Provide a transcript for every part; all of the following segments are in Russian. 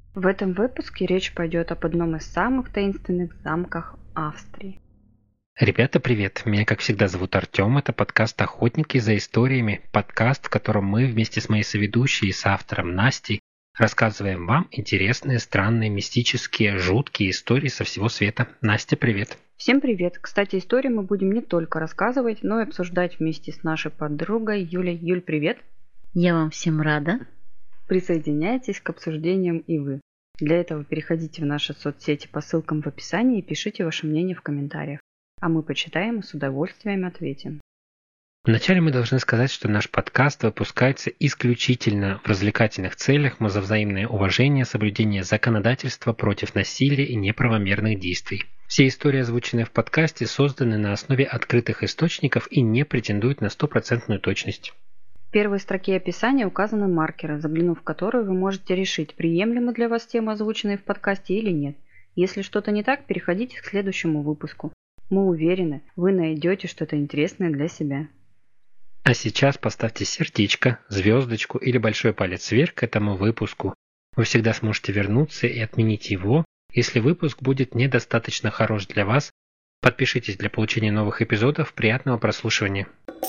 В этом выпуске речь пойдет об одном из самых таинственных замках Австрии. Ребята, привет! Меня, как всегда, зовут Артем. Это подкаст «Охотники за историями». Подкаст, в котором мы вместе с моей соведущей и соавтором Настей рассказываем вам интересные, странные, мистические, жуткие истории со всего света. Настя, привет! Всем привет! Кстати, истории мы будем не только рассказывать, но и обсуждать вместе с нашей подругой Юлей. Юль, привет! Я вам всем рада. Присоединяйтесь к обсуждениям и вы. Для этого переходите в наши соцсети по ссылкам в описании и пишите ваше мнение в комментариях. А мы почитаем и с удовольствием ответим. Вначале мы должны сказать, что наш подкаст выпускается исключительно в развлекательных целях, за взаимное уважение, соблюдение законодательства против насилия и неправомерных действий. Все истории, озвученные в подкасте, созданы на основе открытых источников и не претендуют на 100% точность. В первой строке описания указаны маркеры, заглянув в которые вы можете решить, приемлемы для вас темы, озвученные в подкасте или нет. Если что-то не так, переходите к следующему выпуску. Мы уверены, вы найдете что-то интересное для себя. А сейчас поставьте сердечко, звездочку или большой палец вверх к этому выпуску. Вы всегда сможете вернуться и отменить его, если выпуск будет недостаточно хорош для вас. Подпишитесь для получения новых эпизодов. Приятного прослушивания.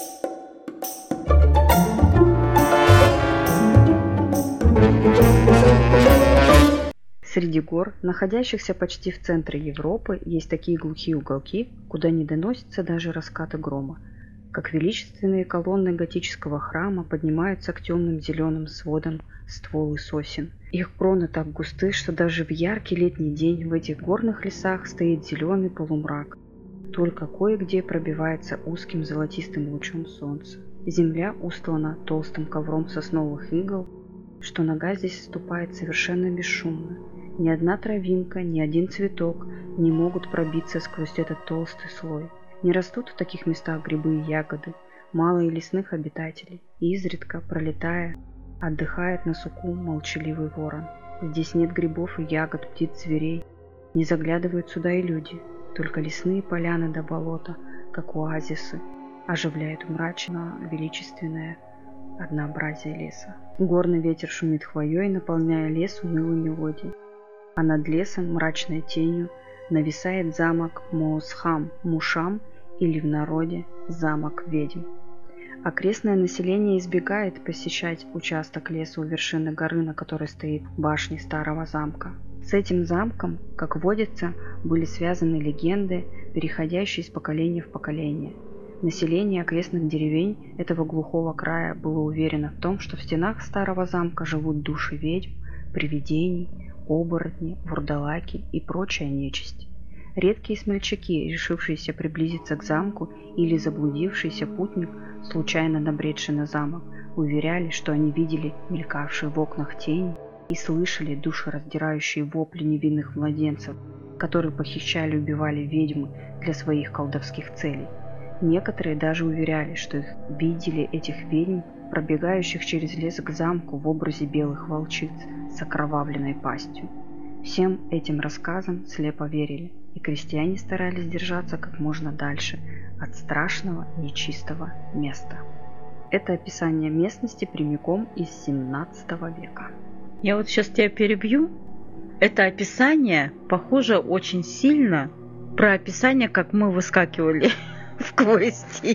Среди гор, находящихся почти в центре Европы, есть такие глухие уголки, куда не доносятся даже раскаты грома. Как величественные колонны готического храма поднимаются к темным зеленым сводам стволы сосен. Их кроны так густы, что даже в яркий летний день в этих горных лесах стоит зеленый полумрак. Только кое-где пробивается узким золотистым лучом солнца. Земля устлана толстым ковром сосновых игл, что нога здесь ступает совершенно бесшумно. Ни одна травинка, ни один цветок не могут пробиться сквозь этот толстый слой. Не растут в таких местах грибы и ягоды, мало и лесных обитателей. Изредка, пролетая, отдыхает на суку молчаливый ворон. Здесь нет грибов и ягод, птиц, зверей. Не заглядывают сюда и люди, только лесные поляны до болота, как оазисы, оживляют мрачно величественное однообразие леса. Горный ветер шумит хвоей, наполняя лес унылой мелодией. А над лесом мрачной тенью нависает замок Моосхам, Мушам, или в народе замок ведьм. Окрестное население избегает посещать участок леса у вершины горы, на которой стоит башня старого замка. С этим замком, как водится, были связаны легенды, переходящие из поколения в поколение. Население окрестных деревень этого глухого края было уверено в том, что в стенах старого замка живут души ведьм, привидений, оборотни, вурдалаки и прочая нечисть. Редкие смельчаки, решившиеся приблизиться к замку, или заблудившийся путник, случайно набредший на замок, уверяли, что они видели мелькавшие в окнах тени и слышали душераздирающие вопли невинных младенцев, которые похищали и убивали ведьмы для своих колдовских целей. Некоторые даже уверяли, что их видели этих ведьм, пробегающих через лес к замку в образе белых волчиц с окровавленной пастью. Всем этим рассказам слепо верили, и крестьяне старались держаться как можно дальше от страшного нечистого места. Это описание местности прямиком из 17 века. Я вот сейчас тебя перебью. Это описание похоже очень сильно про описание, как мы выскакивали в квесте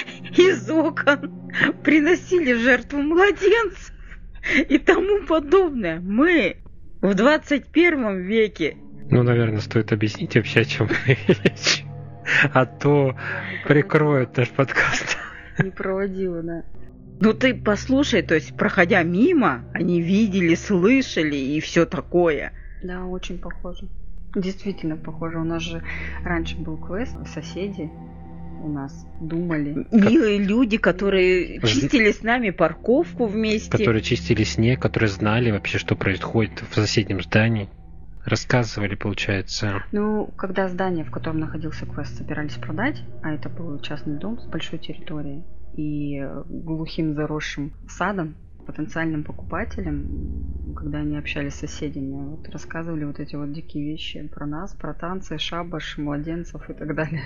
из окон, приносили в жертву младенцев и тому подобное. Мы в 21 веке. Наверное, стоит объяснить вообще, о чем речь. А то прикроют наш подкаст. Не проводила, да. Ну ты послушай, то есть, проходя мимо, они видели, слышали и все такое. Да, очень похоже. Действительно похоже. У нас же раньше был квест, соседи у нас думали. Милые люди, которые чистили с нами парковку вместе. Которые чистили снег, которые знали вообще, что происходит в соседнем здании. Рассказывали, получается. Когда здание, в котором находился квест, собирались продать, а это был частный дом с большой территорией и глухим заросшим садом, потенциальным покупателям, когда они общались с соседями, рассказывали эти дикие вещи про нас, про танцы, шабаш, младенцев и так далее.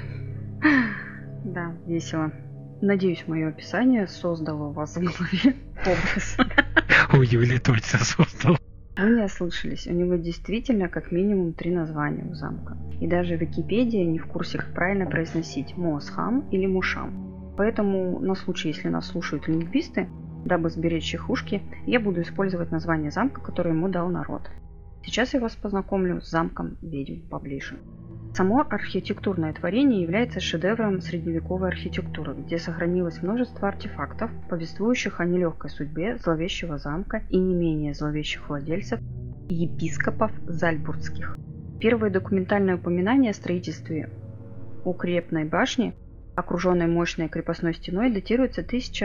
Да, весело. Надеюсь, мое описание создало у вас в голове образ. У Юли точно создал. Вы не ослышались, у него действительно как минимум 3 названия у замка. И даже Википедия не в курсе, как правильно произносить Моосхам или Мушам. Поэтому на случай, если нас слушают лингвисты, дабы сберечь их ушки, я буду использовать название замка, которое ему дал народ. Сейчас я вас познакомлю с замком ведьм поближе. Само архитектурное творение является шедевром средневековой архитектуры, где сохранилось множество артефактов, повествующих о нелегкой судьбе зловещего замка и не менее зловещих владельцев и епископов зальцбургских. Первые документальные упоминания о строительстве укрепной башни, окруженной мощной крепостной стеной, датируются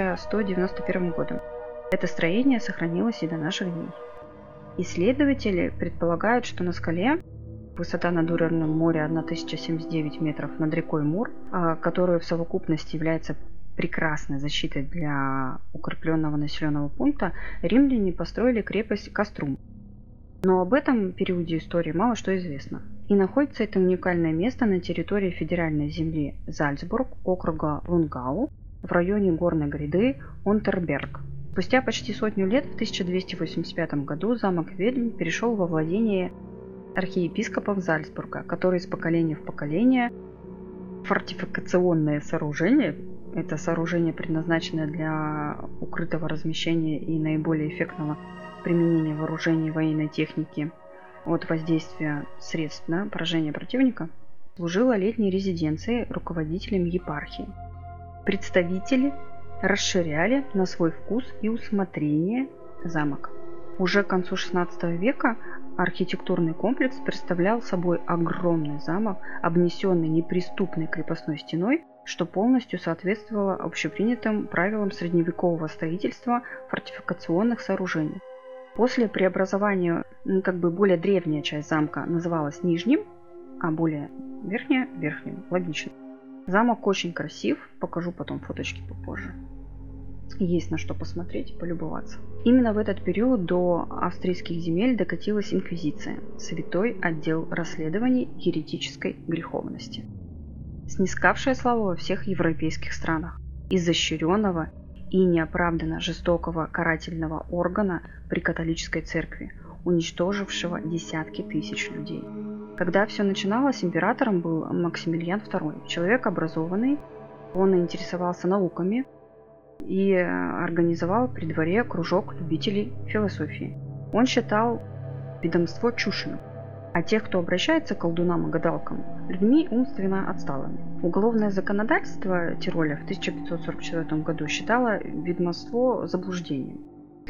1191 годом. Это строение сохранилось и до наших дней. Исследователи предполагают, что на скале высота над уровнем моря 1079 метров над рекой Мур, которая в совокупности является прекрасной защитой для укрепленного населенного пункта, римляне построили крепость Каструм. Но об этом периоде истории мало что известно. И находится это уникальное место на территории федеральной земли Зальцбург, округа Лунгау, в районе горной гряды Унтерберг. Спустя почти сотню лет, в 1285 году, замок ведьм перешел во владение архиепископов Зальцбурга, которые из поколения в поколение фортификационное сооружение, это сооружение, предназначенное для укрытого размещения и наиболее эффектного применения вооружений и военной техники от воздействия средств на поражение противника, служило летней резиденцией руководителям епархии. Представители расширяли на свой вкус и усмотрение замок. Уже к концу XVI века архитектурный комплекс представлял собой огромный замок, обнесенный неприступной крепостной стеной, что полностью соответствовало общепринятым правилам средневекового строительства фортификационных сооружений. После преобразования более древняя часть замка называлась Нижним, а более верхняя – Верхним. Логично. Замок очень красив, покажу потом фоточки попозже. Есть на что посмотреть и полюбоваться. Именно в этот период до австрийских земель докатилась инквизиция, святой отдел расследований еретической греховности, снискавшая славу во всех европейских странах, изощренного и неоправданно жестокого карательного органа при католической церкви, уничтожившего десятки тысяч людей. Когда все начиналось, императором был Максимилиан II, человек образованный, он интересовался науками и организовал при дворе кружок любителей философии. Он считал ведомство чушью, а тех, кто обращается к колдунам и гадалкам, людьми умственно отсталыми. Уголовное законодательство Тироля в 1544 году считало ведьмовство заблуждением. В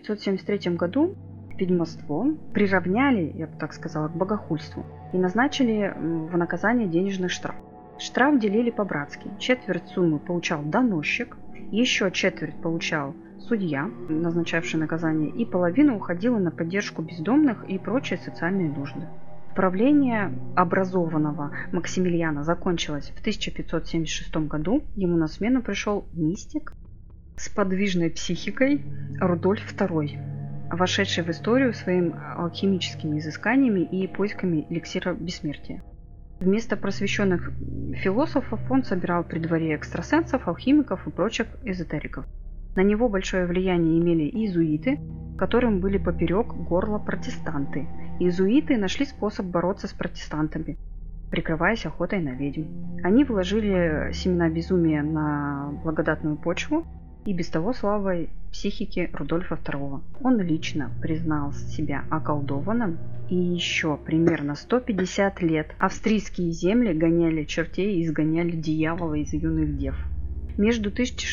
1573 году ведьмовство приравняли, я бы так сказала, к богохульству и назначили в наказание денежный штраф. Штраф делили по-братски. Четверть суммы получал доносчик, еще четверть получал судья, назначавший наказание, и половина уходила на поддержку бездомных и прочие социальные нужды. Правление образованного Максимилиана закончилось в 1576 году. Ему на смену пришел мистик с подвижной психикой Рудольф II, вошедший в историю своими алхимическими изысканиями и поисками эликсира бессмертия. Вместо просвещенных философов он собирал при дворе экстрасенсов, алхимиков и прочих эзотериков. На него большое влияние имели иезуиты, которым были поперек горла протестанты. Иезуиты нашли способ бороться с протестантами, прикрываясь охотой на ведьм. Они вложили семена безумия на благодатную почву и без того слабой психики Рудольфа II. Он лично признал себя околдованным, и еще примерно 150 лет австрийские земли гоняли чертей и изгоняли дьявола из юных дев. Между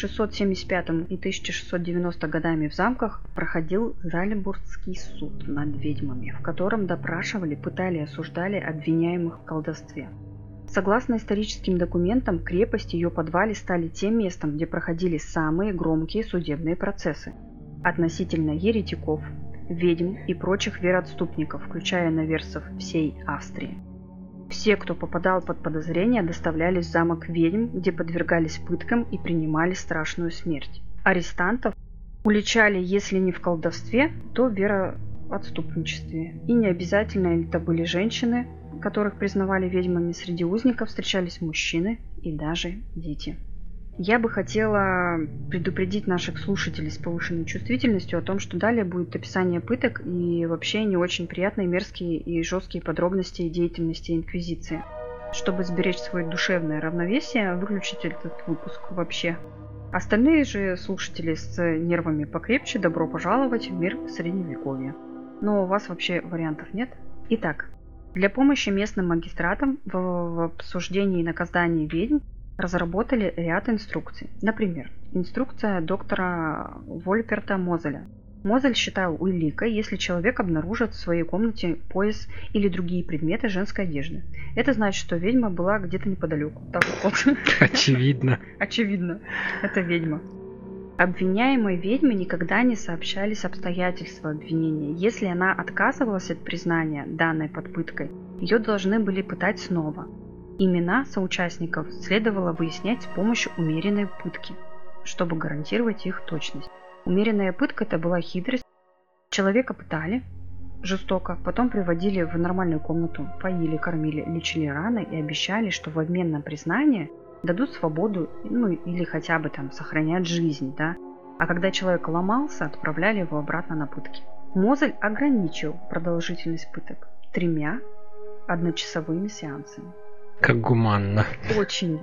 1675 и 1690 годами в замках проходил Зальцбургский суд над ведьмами, в котором допрашивали, пытали и осуждали обвиняемых в колдовстве. Согласно историческим документам, крепость и ее подвалы стали тем местом, где проходили самые громкие судебные процессы относительно еретиков, ведьм и прочих вероотступников, включая иноверцев всей Австрии. Все, кто попадал под подозрение, доставлялись в замок ведьм, где подвергались пыткам и принимали страшную смерть. Арестантов уличали, если не в колдовстве, то в вероотступничестве. И не обязательно это были женщины, которых признавали ведьмами. Среди узников встречались мужчины и даже дети. Я бы хотела предупредить наших слушателей с повышенной чувствительностью о том, что далее будет описание пыток и вообще не очень приятные, мерзкие и жесткие подробности деятельности Инквизиции. Чтобы сберечь свое душевное равновесие, выключите этот выпуск вообще. Остальные же слушатели с нервами покрепче, добро пожаловать в мир Средневековья. Но у вас вообще вариантов нет? Итак, для помощи местным магистратам в обсуждении и наказании ведьм разработали ряд инструкций. Например, инструкция доктора Вольперта Мозеля. Мозель считал уликой, если человек обнаружит в своей комнате пояс или другие предметы женской одежды. Это значит, что ведьма была где-то неподалеку. Так вот. Очевидно. Очевидно. Это ведьма. Обвиняемой ведьме никогда не сообщались обстоятельства обвинения. Если она отказывалась от признания, данной под пыткой, ее должны были пытать снова. Имена соучастников следовало выяснять с помощью умеренной пытки, чтобы гарантировать их точность. Умеренная пытка – это была хитрость. Человека пытали жестоко, потом приводили в нормальную комнату, поили, кормили, лечили раны и обещали, что в обмен на признание дадут свободу, или хотя бы сохранят жизнь, да. А когда человек ломался, отправляли его обратно на пытки. Мозель ограничил продолжительность пыток 3 одночасовыми сеансами. Как гуманно. Очень.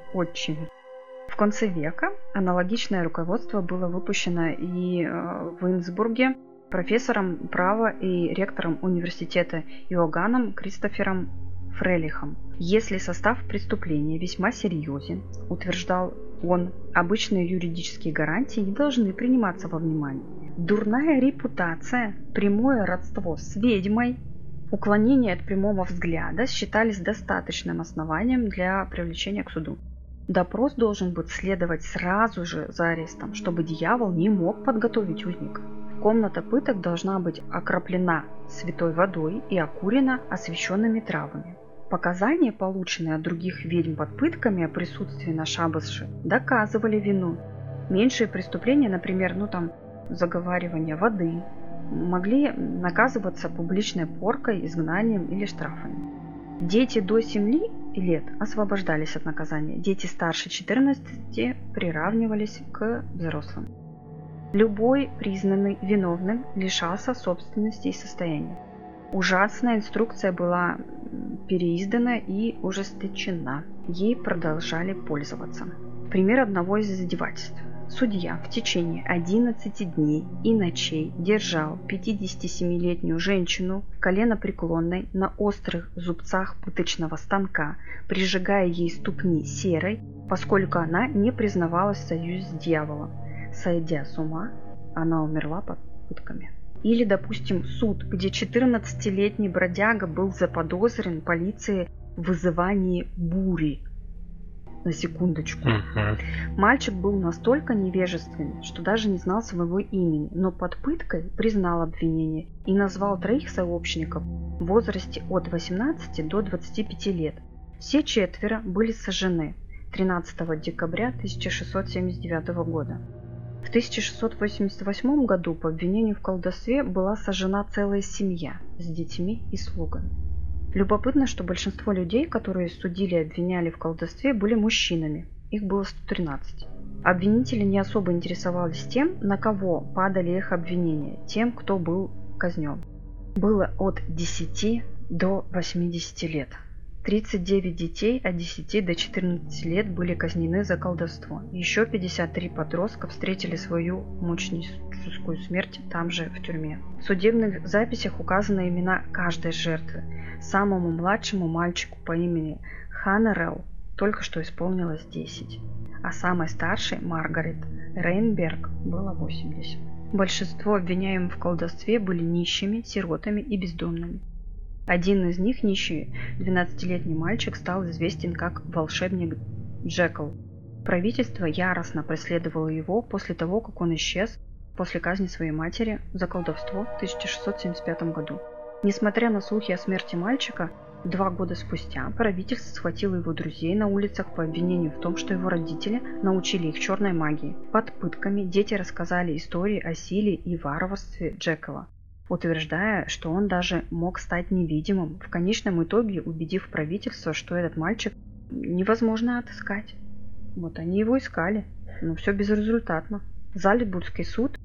В конце века аналогичное руководство было выпущено и в Инсбруге профессором права и ректором университета Иоганном Кристофером Фрелихом. Если состав преступления весьма серьезен, утверждал он, обычные юридические гарантии не должны приниматься во внимание. Дурная репутация, прямое родство с ведьмой, уклонение от прямого взгляда считались достаточным основанием для привлечения к суду. Допрос должен быть следовать сразу же за арестом, чтобы дьявол не мог подготовить узника. Комната пыток должна быть окроплена святой водой и окурена освященными травами. Показания, полученные от других ведьм под пытками о присутствии на шабаше, доказывали вину. Меньшие преступления, например, заговаривание воды, могли наказываться публичной поркой, изгнанием или штрафами. Дети до 7 лет освобождались от наказания, дети старше 14 приравнивались к взрослым. Любой признанный виновным лишался собственности и состояния. Ужасная инструкция была переиздана и ужесточена. Ей продолжали пользоваться. Пример одного из издевательств. Судья в течение 11 дней и ночей держал 57-летнюю женщину коленопреклонной на острых зубцах пыточного станка, прижигая ей ступни серой, поскольку она не признавалась в союзе с дьяволом. Сойдя с ума, она умерла под пытками. Или, допустим, суд, где 14-летний бродяга был заподозрен полицией в вызывании бури. На секундочку. Мальчик был настолько невежественен, что даже не знал своего имени, но под пыткой признал обвинение и назвал 3 сообщников в возрасте от 18 до 25 лет. Все 4 были сожжены 13 декабря 1679 года. В 1688 году по обвинению в колдовстве была сожжена целая семья с детьми и слугами. Любопытно, что большинство людей, которые судили и обвиняли в колдовстве, были мужчинами. Их было 113. Обвинители не особо интересовались тем, на кого падали их обвинения, тем, кто был казнен. Было от 10 до 80 лет. 39 детей от 10 до 14 лет были казнены за колдовство. Еще 53 подростка встретили свою мученическую смерть там же, в тюрьме. В судебных записях указаны имена каждой жертвы. Самому младшему мальчику по имени Ханнерел только что исполнилось 10, а самой старшей, Маргарет Рейнберг, было 80. Большинство обвиняемых в колдовстве были нищими, сиротами и бездомными. Один из них, нищий 12-летний мальчик, стал известен как волшебник Джекл. Правительство яростно преследовало его после того, как он исчез после казни своей матери за колдовство в 1675 году. Несмотря на слухи о смерти мальчика, 2 года спустя правительство схватило его друзей на улицах по обвинению в том, что его родители научили их черной магии. Под пытками дети рассказали истории о силе и варварстве Джекла, утверждая, что он даже мог стать невидимым, в конечном итоге убедив правительство, что этот мальчик невозможно отыскать. Вот они его искали. Но все безрезультатно. Зальцбургский суд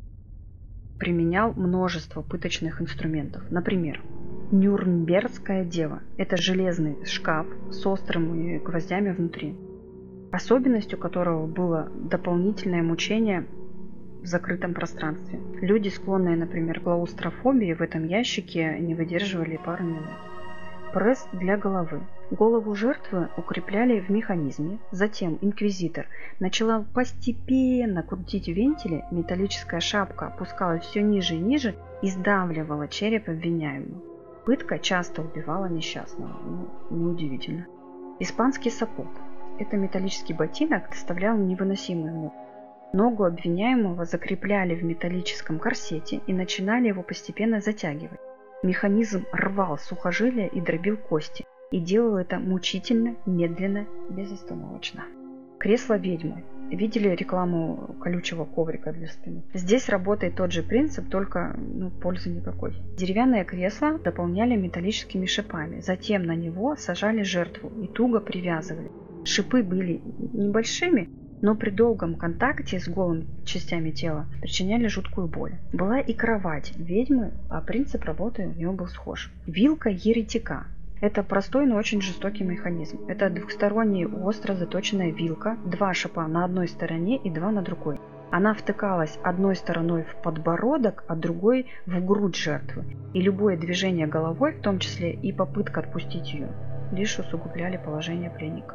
применял множество пыточных инструментов. Например, Нюрнбергская дева. Это железный шкаф с острыми гвоздями внутри, особенностью которого было дополнительное мучение в закрытом пространстве. Люди, склонные, например, к клаустрофобии, в этом ящике не выдерживали пару минут. Пресс для головы. Голову жертвы укрепляли в механизме. Затем инквизитор начала постепенно крутить вентили. Металлическая шапка опускалась все ниже и ниже и сдавливала череп обвиняемого. Пытка часто убивала несчастного. Неудивительно. Испанский сапог. Это металлический ботинок доставлял невыносимую муку. Ногу обвиняемого закрепляли в металлическом корсете и начинали его постепенно затягивать. Механизм рвал сухожилия и дробил кости, и делал это мучительно, медленно, безостановочно. Кресло ведьмы. Видели рекламу колючего коврика для спины? Здесь работает тот же принцип, только пользы никакой. Деревянное кресло дополняли металлическими шипами, затем на него сажали жертву и туго привязывали. Шипы были небольшими, но при долгом контакте с голыми частями тела причиняли жуткую боль. Была и кровать ведьмы, а принцип работы у нее был схож. Вилка еретика. Это простой, но очень жестокий механизм. Это двухсторонняя остро заточенная вилка, 2 шипа на одной стороне и 2 на другой. Она втыкалась одной стороной в подбородок, а другой в грудь жертвы. И любое движение головой, в том числе и попытка отпустить ее, лишь усугубляли положение пленника.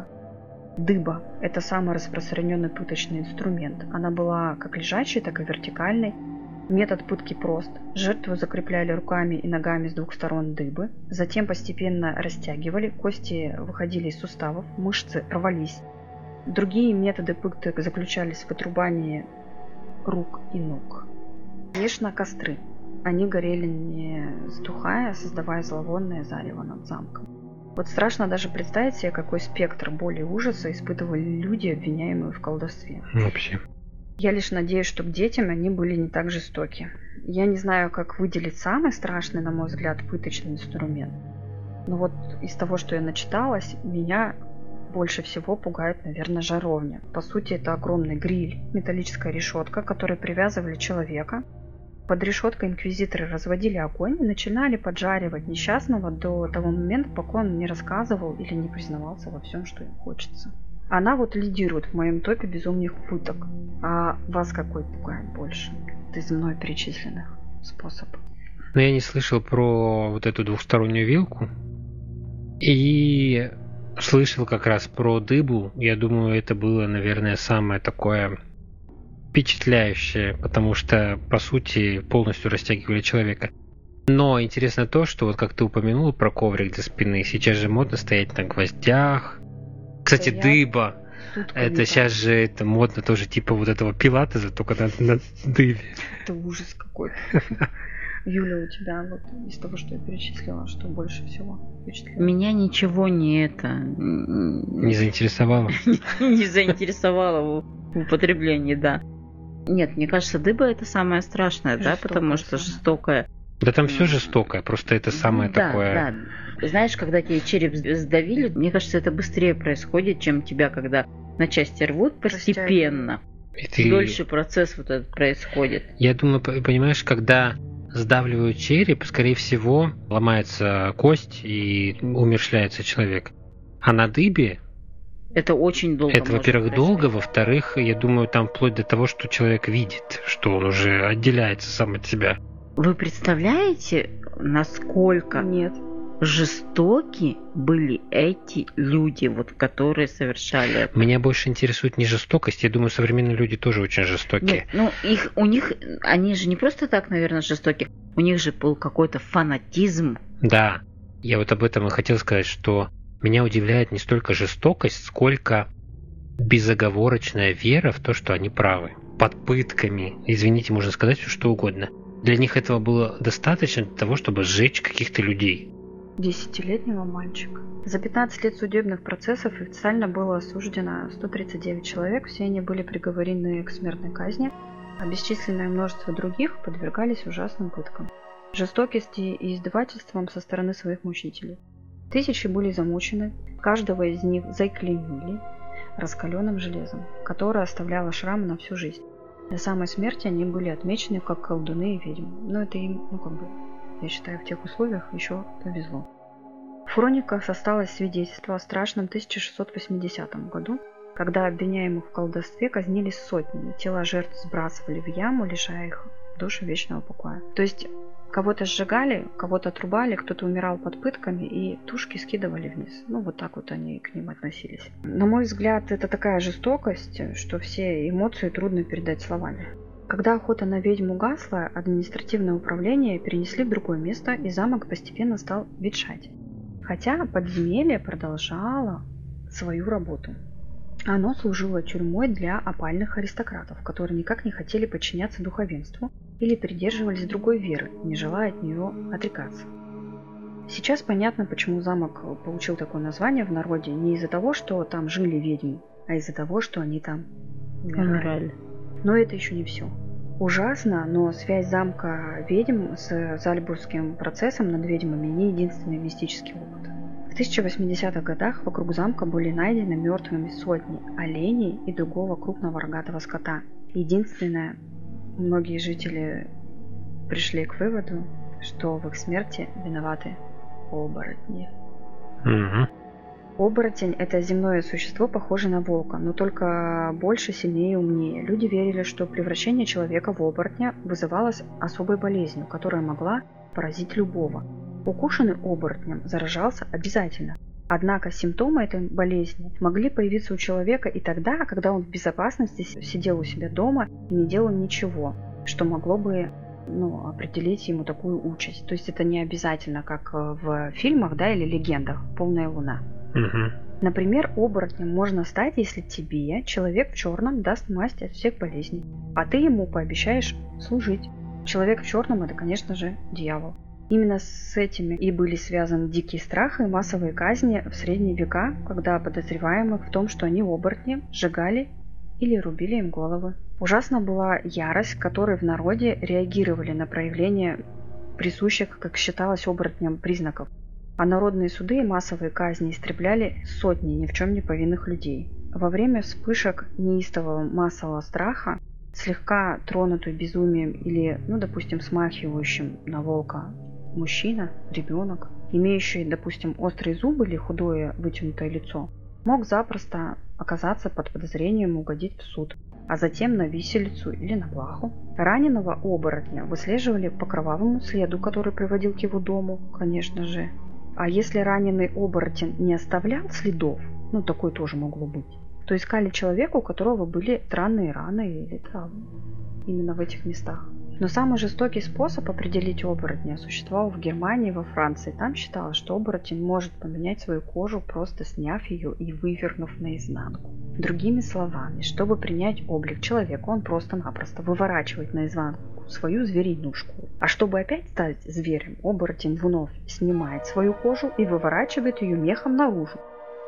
Дыба – это самый распространенный пыточный инструмент. Она была как лежачей, так и вертикальной. Метод пытки прост. Жертву закрепляли руками и ногами с 2 сторон дыбы, затем постепенно растягивали, кости выходили из суставов, мышцы рвались. Другие методы пыток заключались в отрубании рук и ног. Конечно, костры. Они горели не затухая, создавая зловонное зарево над замком. Вот страшно даже представить себе, какой спектр боли и ужаса испытывали люди, обвиняемые в колдовстве. Вообще. Я лишь надеюсь, что к детям они были не так жестоки. Я не знаю, как выделить самый страшный, на мой взгляд, пыточный инструмент. Но вот из того, что я начиталась, меня больше всего пугает, наверное, жаровня. По сути, это огромный гриль, металлическая решетка, к которой привязывали человека. Под решеткой инквизиторы разводили огонь и начинали поджаривать несчастного до того момента, пока он не рассказывал или не признавался во всем, что им хочется. Она вот лидирует в моем топе безумных пыток. А вас какой пугает больше из мной перечисленных способов? Но я не слышал про вот эту двухстороннюю вилку. И слышал как раз про дыбу. Я думаю, это было, наверное, самое такое впечатляющее, потому что, по сути, полностью растягивали человека. Но интересно то, что вот как ты упомянула про коврик для спины, сейчас же модно стоять на гвоздях. Кстати, дыба. Это сейчас же это модно тоже, типа вот этого пилатеса, только на дыбе. Это ужас какой-то. Юля, у тебя вот из того, что я перечислила, что больше всего впечатлило? Меня ничего не заинтересовало. Не заинтересовало в употреблении, да. Нет, мне кажется, дыба это самое страшное, да, потому что жестокое. Да там все жестокое, просто это самое такое. Да. Знаешь, когда тебе череп сдавили, мне кажется, это быстрее происходит, чем тебя, когда на части рвут постепенно. Дольше процесс вот этот происходит. Я думаю, понимаешь, когда сдавливают череп, скорее всего, ломается кость и умерщвляется человек. А на дыбе это очень долго. Это, во-первых, долго, во-вторых, я думаю, там вплоть до того, что человек видит, что он уже отделяется сам от себя. Вы представляете, насколько жестоки были эти люди, вот, которые совершали это? Меня больше интересует не жестокость. Я думаю, современные люди тоже очень жестокие. Нет, у них, они же не просто так, наверное, жестоки. У них же был какой-то фанатизм. Да, я вот об этом и хотел сказать, что меня удивляет не столько жестокость, сколько безоговорочная вера в то, что они правы. Под пытками, извините, можно сказать все что угодно. Для них этого было достаточно для того, чтобы сжечь каких-то людей. 10-летнего мальчика. За 15 лет судебных процессов официально было осуждено 139 человек, все они были приговорены к смертной казни, а бесчисленное множество других подвергались ужасным пыткам, жестокости и издевательствам со стороны своих мучителей. Тысячи были замучены, каждого из них заклеймили, раскаленным железом, которое оставляло шрамы на всю жизнь. До самой смерти они были отмечены как колдуны и ведьмы. Но это им, я считаю, в тех условиях еще повезло. В хрониках осталось свидетельство о страшном 1680 году, когда обвиняемых в колдовстве казнились сотнями. Тела жертв сбрасывали в яму, лишая их души вечного покоя. То есть кого-то сжигали, кого-то отрубали, кто-то умирал под пытками, и тушки скидывали вниз. Вот так вот они к ним относились. На мой взгляд, это такая жестокость, что все эмоции трудно передать словами. Когда охота на ведьм угасла, административное управление перенесли в другое место, и замок постепенно стал ветшать. Хотя подземелье продолжало свою работу. Оно служило тюрьмой для опальных аристократов, которые никак не хотели подчиняться духовенству или придерживались другой веры, не желая от нее отрекаться. Сейчас понятно, почему замок получил такое название в народе не из-за того, что там жили ведьмы, а из-за того, что они там умирали. Но это еще не все. Ужасно, но связь замка ведьм с Зальцбургским процессом над ведьмами не единственный мистический опыт. В 1080-х годах вокруг замка были найдены мертвыми сотни оленей и другого крупного рогатого скота. Единственное, многие жители пришли к выводу, что в их смерти виноваты оборотни. Оборотень – это земное существо, похожее на волка, но только больше, сильнее и умнее. Люди верили, что превращение человека в оборотня вызывалось особой болезнью, которая могла поразить любого. Укушенный оборотнем заражался обязательно. Однако симптомы этой болезни могли появиться у человека и тогда, когда он в безопасности сидел у себя дома и не делал ничего, что могло бы определить ему такую участь. То есть это не обязательно, как в фильмах, или легендах «Полная луна». Например, оборотнем можно стать, если тебе человек в черном даст масть от всех болезней, а ты ему пообещаешь служить. Человек в черном – это, конечно же, дьявол. Именно с этими и были связаны дикие страхи и массовые казни в средние века, когда подозреваемых в том, что они оборотни, сжигали или рубили им головы. Ужасна была ярость, которой в народе реагировали на проявления присущих, как считалось, оборотням признаков. А народные суды и массовые казни истребляли сотни ни в чем не повинных людей. Во время вспышек неистового массового страха, слегка тронутый безумием или, допустим, смахивающим на волка мужчина, ребенок, имеющий, допустим, острые зубы или худое вытянутое лицо, мог запросто оказаться под подозрением угодить в суд, а затем на виселицу или на плаху. Раненого оборотня выслеживали по кровавому следу, который приводил к его дому, конечно же. А если раненый оборотень не оставлял следов, такое тоже могло быть, то искали человека, у которого были странные раны или травмы именно в этих местах. Но самый жестокий способ определить оборотня существовал в Германии и во Франции. Там считалось, что оборотень может поменять свою кожу, просто сняв ее и вывернув наизнанку. Другими словами, чтобы принять облик человека, он просто-напросто выворачивает наизнанку свою зверинушку. А чтобы опять стать зверем, оборотень вновь снимает свою кожу и выворачивает ее мехом наружу.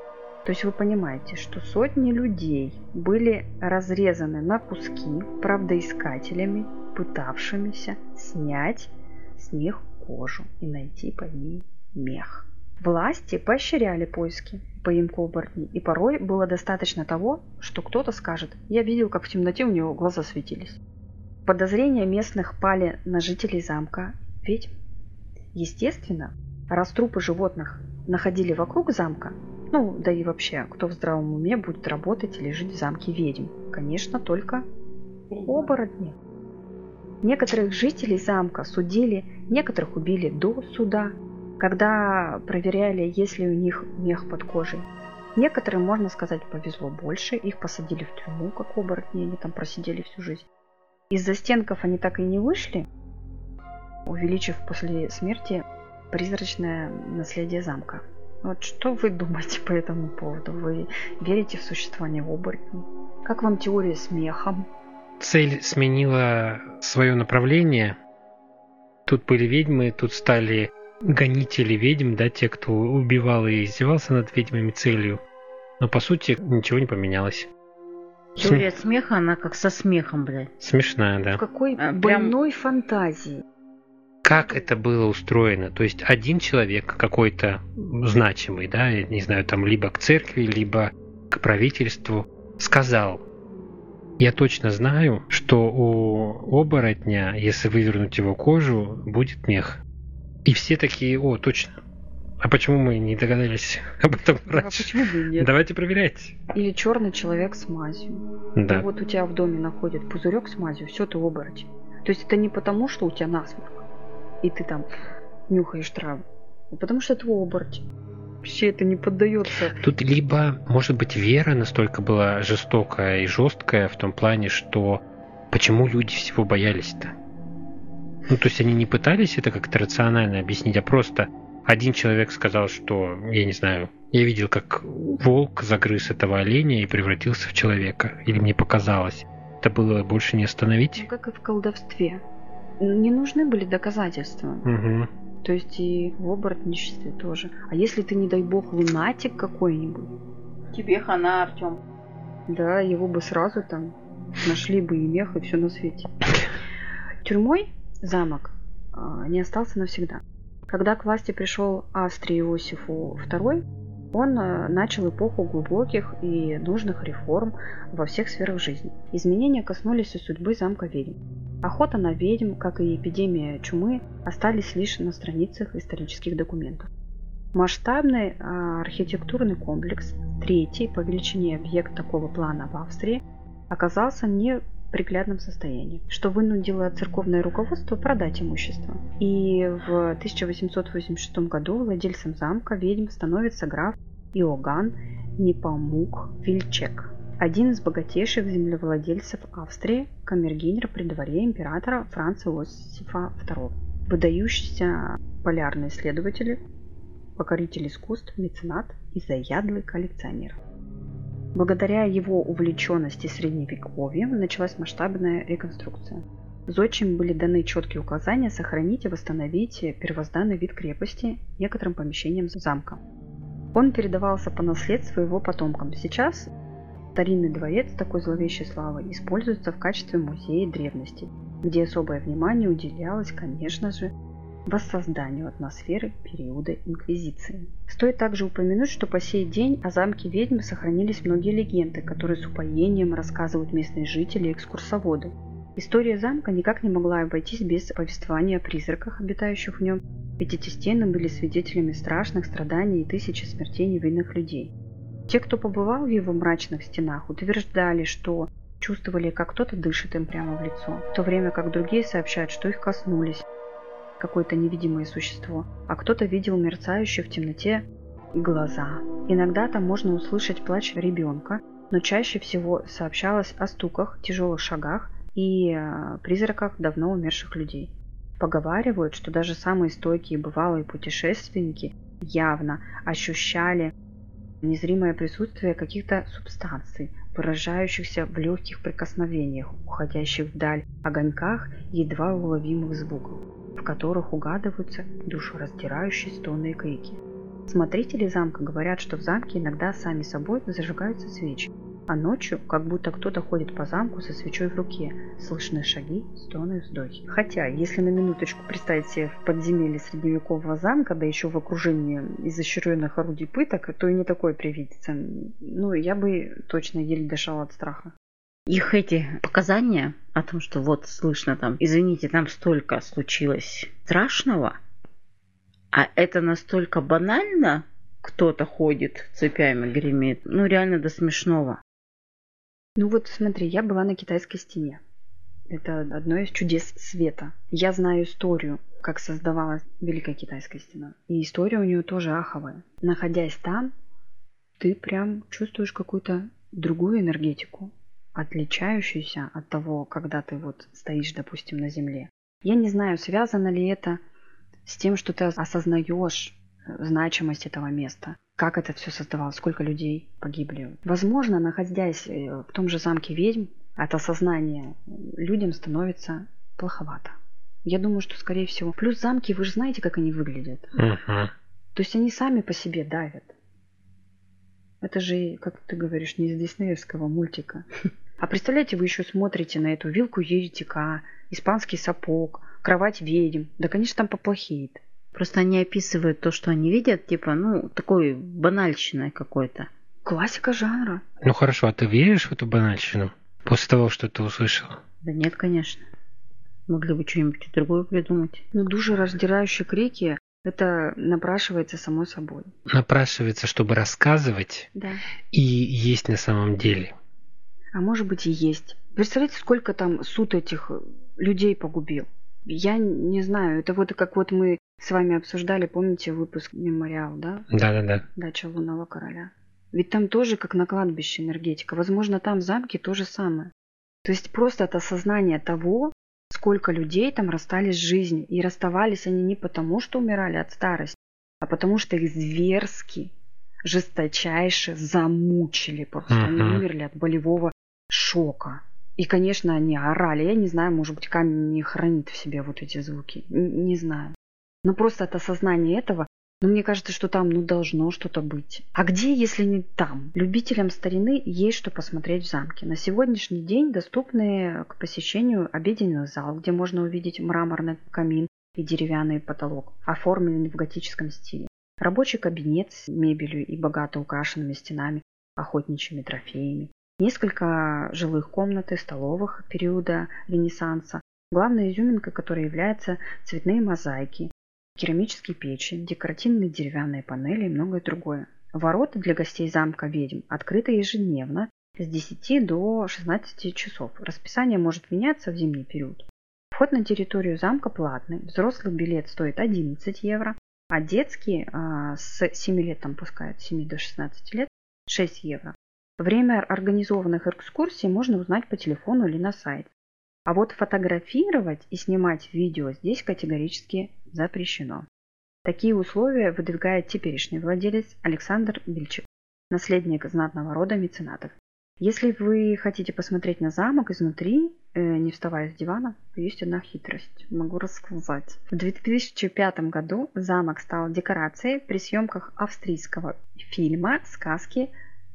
То есть вы понимаете, что сотни людей были разрезаны на куски правдоискателями, пытавшимися снять с них кожу и найти под ней мех. Власти поощряли поиски, поимку оборотней, и порой было достаточно того, что кто-то скажет: «Я видел, как в темноте у него глаза светились». Подозрения местных пали на жителей замка, ведь, естественно, раз трупы животных находили вокруг замка, да и вообще, кто в здравом уме будет работать или жить в замке ведьм? Конечно, только оборотни. Некоторых жителей замка судили, некоторых убили до суда, когда проверяли, есть ли у них мех под кожей. Некоторым, можно сказать, повезло больше, их посадили в тюрьму, как оборотни, они там просидели всю жизнь. Из застенков они так и не вышли, увеличив после смерти призрачное наследие замка. Что вы думаете по этому поводу? Вы верите в существование оборотней? Как вам теория с мехом? Цель сменила свое направление. Тут были ведьмы, тут стали гонители ведьм, те, кто убивал и издевался над ведьмами целью. Но по сути ничего не поменялось. Теория смеха, она как со смехом, блядь. Смешная, да. В какой больной фантазии. Как это было устроено? То есть один человек какой-то значимый, я не знаю, там либо к церкви, либо к правительству, сказал: «Я точно знаю, что у оборотня, если вывернуть его кожу, будет мех». И все такие: «О, точно. А почему мы не догадались об этом раньше? почему бы и нет? Давайте проверять». Или черный человек с мазью. Да. Ну, вот у тебя в доме находят пузырек с мазью, все, ты оборотень. То есть это не потому, что у тебя насморк, и ты там нюхаешь траву, а потому что ты оборотень. Вообще это не поддается. Тут либо, может быть, вера настолько была жестокая и жесткая в том плане, что почему люди всего боялись-то? Ну, то есть они не пытались это как-то рационально объяснить, а просто один человек сказал, что, я не знаю, я видел, как волк загрыз этого оленя и превратился в человека. Или мне показалось. Это было больше не остановить. Ну, как и в колдовстве. Не нужны были доказательства. Угу. То есть и в оборотничестве тоже. А если ты, не дай бог, лунатик какой-нибудь? Тебе хана, Артем. Да, его бы сразу там нашли бы и мех, и все на свете. Тюрьмой замок не остался навсегда. Когда к власти пришел Австрии Иосифу II, он начал эпоху глубоких и нужных реформ во всех сферах жизни. Изменения коснулись и судьбы замка ведьм. Охота на ведьм, как и эпидемия чумы, остались лишь на страницах исторических документов. Масштабный архитектурный комплекс, третий по величине объект такого плана в Австрии, оказался не в приглядном состоянии, что вынудило церковное руководство продать имущество. И в 1886 году владельцем замка ведьм становится граф Иоганн Непомук Вильчек, один из богатейших землевладельцев Австрии, камергинер при дворе императора Франца Иосифа II, выдающийся полярный исследователь, покоритель искусств, меценат и заядлый коллекционер. Благодаря его увлеченности средневековьем началась масштабная реконструкция. Зодчим были даны четкие указания сохранить и восстановить первозданный вид крепости некоторым помещениям замка. Он передавался по наследству его потомкам. Сейчас старинный дворец такой зловещей славы используется в качестве музея древностей, где особое внимание уделялось, конечно же, воссозданию атмосферы периода Инквизиции. Стоит также упомянуть, что по сей день о замке ведьм сохранились многие легенды, которые с упоением рассказывают местные жители и экскурсоводы. История замка никак не могла обойтись без повествования о призраках, обитающих в нем, ведь эти стены были свидетелями страшных страданий и тысячи смертей невинных людей. Те, кто побывал в его мрачных стенах, утверждали, что чувствовали, как кто-то дышит им прямо в лицо, в то время как другие сообщают, что их коснулись какое-то невидимое существо, а кто-то видел мерцающие в темноте глаза. Иногда там можно услышать плач ребенка, но чаще всего сообщалось о стуках, тяжелых шагах и призраках давно умерших людей. Поговаривают, что даже самые стойкие и бывалые путешественники явно ощущали незримое присутствие каких-то субстанций, выражающихся в легких прикосновениях, уходящих вдаль, огоньках едва уловимых звуков, в которых угадываются душераздирающие стоны и крики. Смотрители замка говорят, что в замке иногда сами собой зажигаются свечи, а ночью, как будто кто-то ходит по замку со свечой в руке, слышны шаги, стоны и вздохи. Хотя, если на минуточку представить себе в подземелье средневекового замка, да еще в окружении изощренных орудий пыток, то и не такое привидится. Ну, я бы точно еле дышала от страха. Их эти показания о том, что вот слышно там, извините, там столько случилось страшного, а это настолько банально, кто-то ходит, цепями гремит, ну реально до смешного. Ну вот смотри, я была на китайской стене. Это одно из чудес света. Я знаю историю, как создавалась Великая Китайская стена. И история у нее тоже аховая. Находясь там, ты прям чувствуешь какую-то другую энергетику, отличающуюся от того, когда ты вот стоишь, допустим, на земле. Я не знаю, связано ли это с тем, что ты осознаешь значимость этого места. Как это все создавалось, сколько людей погибли. Возможно, находясь в том же замке ведьм, от осознания людям становится плоховато. Я думаю, что скорее всего. Плюс замки, вы же знаете, как они выглядят. То есть они сами по себе давят. Это же, как ты говоришь, не из диснеевского мультика. А представляете, вы еще смотрите на эту вилку еретика, испанский сапог, кровать ведьм. Да, конечно, там поплохеет. Просто они описывают то, что они видят, типа, ну, такой банальщиной какой-то. Классика жанра. Ну хорошо, а ты веришь в эту банальщину после того, что ты услышала? Да нет, конечно. Могли бы что-нибудь другое придумать. Ну, душераздирающие крики, это напрашивается само собой. Напрашивается, чтобы рассказывать Да. и есть на самом деле. А может быть и есть. Представляете, сколько там суд этих людей погубил? Я не знаю, это вот как вот мы с вами обсуждали, помните выпуск «Мемориал», да? Да-да-да. Дача лунного короля. Ведь там тоже как на кладбище энергетика. Возможно, там в замке то же самое. То есть просто от осознания того, сколько людей там расстались с жизнью. И расставались они не потому, что умирали от старости, а потому что их зверски, жесточайше замучили. Просто они умерли от болевого шока. И, конечно, они орали. Я не знаю, может быть, камень не хранит в себе вот эти звуки. Не знаю. Но просто от осознания этого, мне кажется, что там, должно что-то быть. А где, если не там? Любителям старины есть что посмотреть в замке. На сегодняшний день доступны к посещению обеденный зал, где можно увидеть мраморный камин и деревянный потолок, оформленный в готическом стиле. Рабочий кабинет с мебелью и богато украшенными стенами, охотничьими трофеями. Несколько жилых комнат и столовых периода Ренессанса. Главной изюминкой которой являются цветные мозаики, керамические печи, декоративные деревянные панели и многое другое. Ворота для гостей замка ведьм открыты ежедневно с 10 до 16 часов. Расписание может меняться в зимний период. Вход на территорию замка платный. Взрослый билет стоит 11 евро, а детский с 7 лет, там пускают, с 7 до 16 лет, 6 евро. Время организованных экскурсий можно узнать по телефону или на сайте. А вот фотографировать и снимать видео здесь категорически запрещено. Такие условия выдвигает теперешний владелец Александр Бильчик, наследник знатного рода меценатов. Если вы хотите посмотреть на замок изнутри, не вставая с дивана, то есть одна хитрость, могу рассказать. В 2005 году замок стал декорацией при съемках австрийского фильма сказки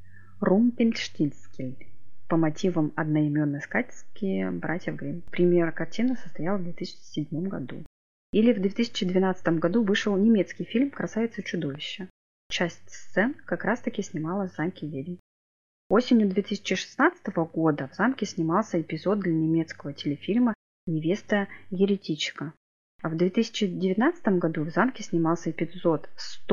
«Румпельштильцхен» по мотивам одноименной сказки братьев Гримм. Премьера картины состоялась в 2007 году. Или в 2012 году вышел немецкий фильм «Красавица и чудовище». Часть сцен как раз-таки снималась в замке ведьм. Осенью 2016 года в замке снимался эпизод для немецкого телефильма «Невеста еретичка». А в 2019 году в замке снимался эпизод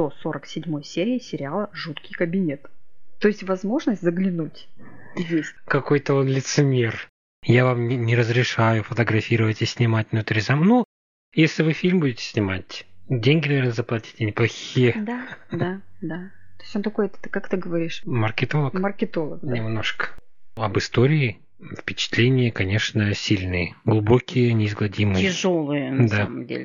147 серии сериала «Жуткий кабинет». То есть возможность заглянуть есть. Какой-то он лицемер. Я вам не разрешаю фотографировать и снимать внутри замка. Если вы фильм будете снимать, деньги, наверное, заплатите неплохие. Да. То есть он такой, как ты говоришь? Маркетолог. Да. Немножко. Об истории впечатления, конечно, сильные. Глубокие, неизгладимые. Тяжелые, на самом деле.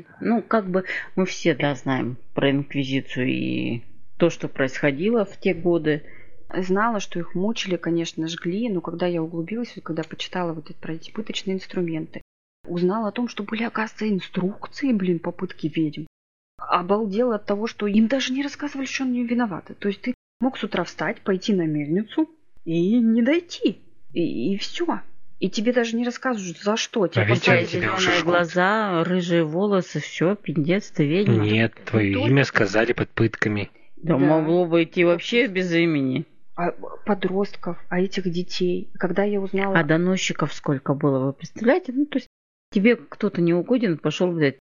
Мы все, знаем про Инквизицию и то, что происходило в те годы. Знала, что их мучили, конечно, жгли, но когда я углубилась, когда почитала про эти пыточные инструменты, узнала о том, что были, оказывается, инструкции, попытки ведьм. Обалдела от того, что им даже не рассказывали, что они виноваты. То есть ты мог с утра встать, пойти на мельницу и не дойти. И все. И тебе даже не рассказывают, за что. Тебе зеленые глаза, рыжие волосы, все, пиндец, ты ведьма. Нет, твое имя сказали под пытками. Да, могло бы идти вообще без имени. А подростков, а этих детей. Когда я узнала... А доносчиков сколько было, вы представляете? То есть тебе кто-то не угоден, пошел,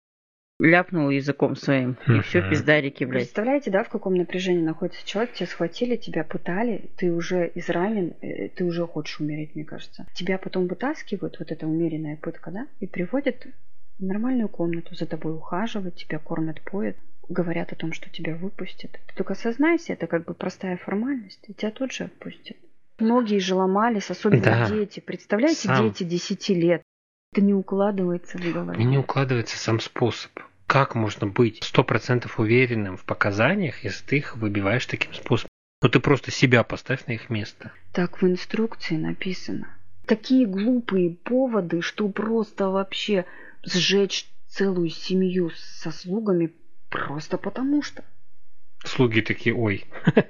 ляпнул языком своим, и все, пиздарики, блядь. Представляете, в каком напряжении находится человек, тебя схватили, тебя пытали, ты уже изранен, ты уже хочешь умереть, мне кажется. Тебя потом вытаскивают, вот эта умеренная пытка, и приводят в нормальную комнату, за тобой ухаживают, тебя кормят, поят, говорят о том, что тебя выпустят. Ты только осознайся, это простая формальность, и тебя тут же отпустят. Многие же ломались, особенно дети. Представляете, дети 10 лет. Это не укладывается в голове. Не укладывается сам способ. Как можно быть 100% уверенным в показаниях, если ты их выбиваешь таким способом? Ты просто себя поставь на их место. Так в инструкции написано. Такие глупые поводы, что просто вообще сжечь целую семью со слугами просто потому что. Слуги такие, ой.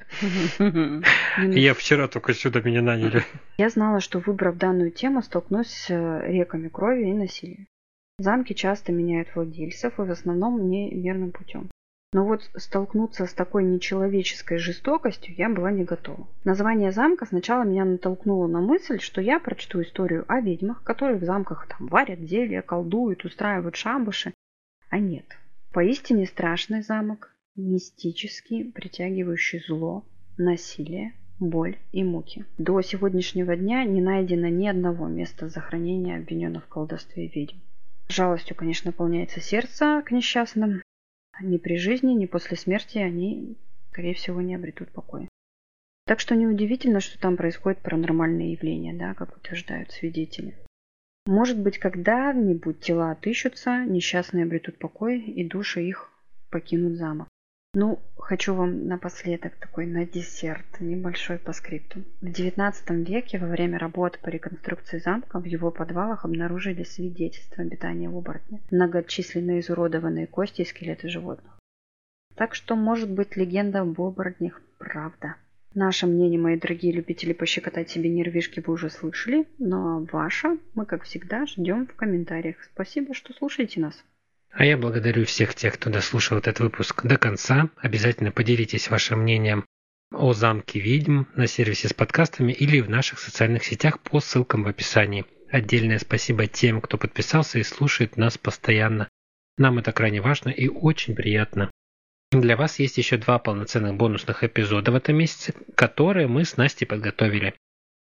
Я вчера только сюда меня наняли. Я знала, что, выбрав данную тему, столкнусь с реками крови и насилия. Замки часто меняют владельцев и в основном не мирным путем. Но вот столкнуться с такой нечеловеческой жестокостью я была не готова. Название замка сначала меня натолкнуло на мысль, что я прочту историю о ведьмах, которые в замках там варят зелья, колдуют, устраивают шабаши. А нет. Поистине страшный замок, мистический, притягивающий зло, насилие, боль и муки. До сегодняшнего дня не найдено ни одного места захоронения обвиненных в колдовстве ведьм. Жалостью, конечно, наполняется сердце к несчастным. Ни при жизни, ни после смерти они, скорее всего, не обретут покоя. Так что неудивительно, что там происходят паранормальные явления, да, как утверждают свидетели. Может быть, когда-нибудь тела отыщутся, несчастные обретут покой, и души их покинут замок. Ну, хочу вам напоследок такой на десерт, небольшой по скрипту. В XIX веке во время работы по реконструкции замка в его подвалах обнаружили свидетельства обитания оборотня, многочисленные изуродованные кости и скелеты животных. Так что, может быть, легенда об оборотнях правда. Наше мнение, мои дорогие любители пощекотать себе нервишки, вы уже слышали, но ваше мы, как всегда, ждем в комментариях. Спасибо, что слушаете нас. А я благодарю всех тех, кто дослушал этот выпуск до конца. Обязательно поделитесь вашим мнением о замке ведьм на сервисе с подкастами или в наших социальных сетях по ссылкам в описании. Отдельное спасибо тем, кто подписался и слушает нас постоянно. Нам это крайне важно и очень приятно. Для вас есть еще 2 полноценных бонусных эпизода в этом месяце, которые мы с Настей подготовили.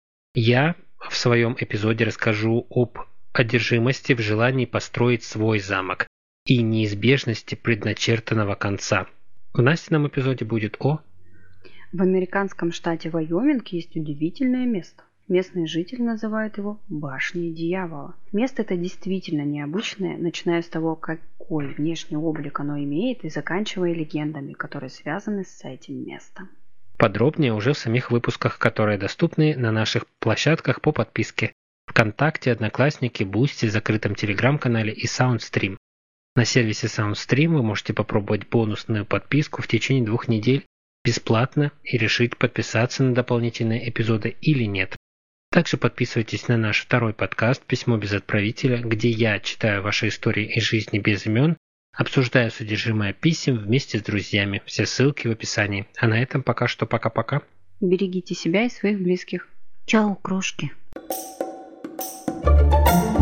Я в своем эпизоде расскажу об одержимости в желании построить свой замок и неизбежности предначертанного конца. В Настином эпизоде будет о... В американском штате Вайоминг есть удивительное место. Местные жители называют его «башней дьявола». Место это действительно необычное, начиная с того, какой внешний облик оно имеет, и заканчивая легендами, которые связаны с этим местом. Подробнее уже в самих выпусках, которые доступны на наших площадках по подписке. ВКонтакте, Одноклассники, Бусти, закрытом Телеграм-канале и Soundstream. На сервисе Soundstream вы можете попробовать бонусную подписку в течение 2 недель бесплатно и решить, подписаться на дополнительные эпизоды или нет. Также подписывайтесь на наш второй подкаст «Письмо без отправителя», где я читаю ваши истории из жизни без имен, обсуждаю содержимое писем вместе с друзьями. Все ссылки в описании. А на этом пока что пока-пока. Берегите себя и своих близких. Чао, крошки.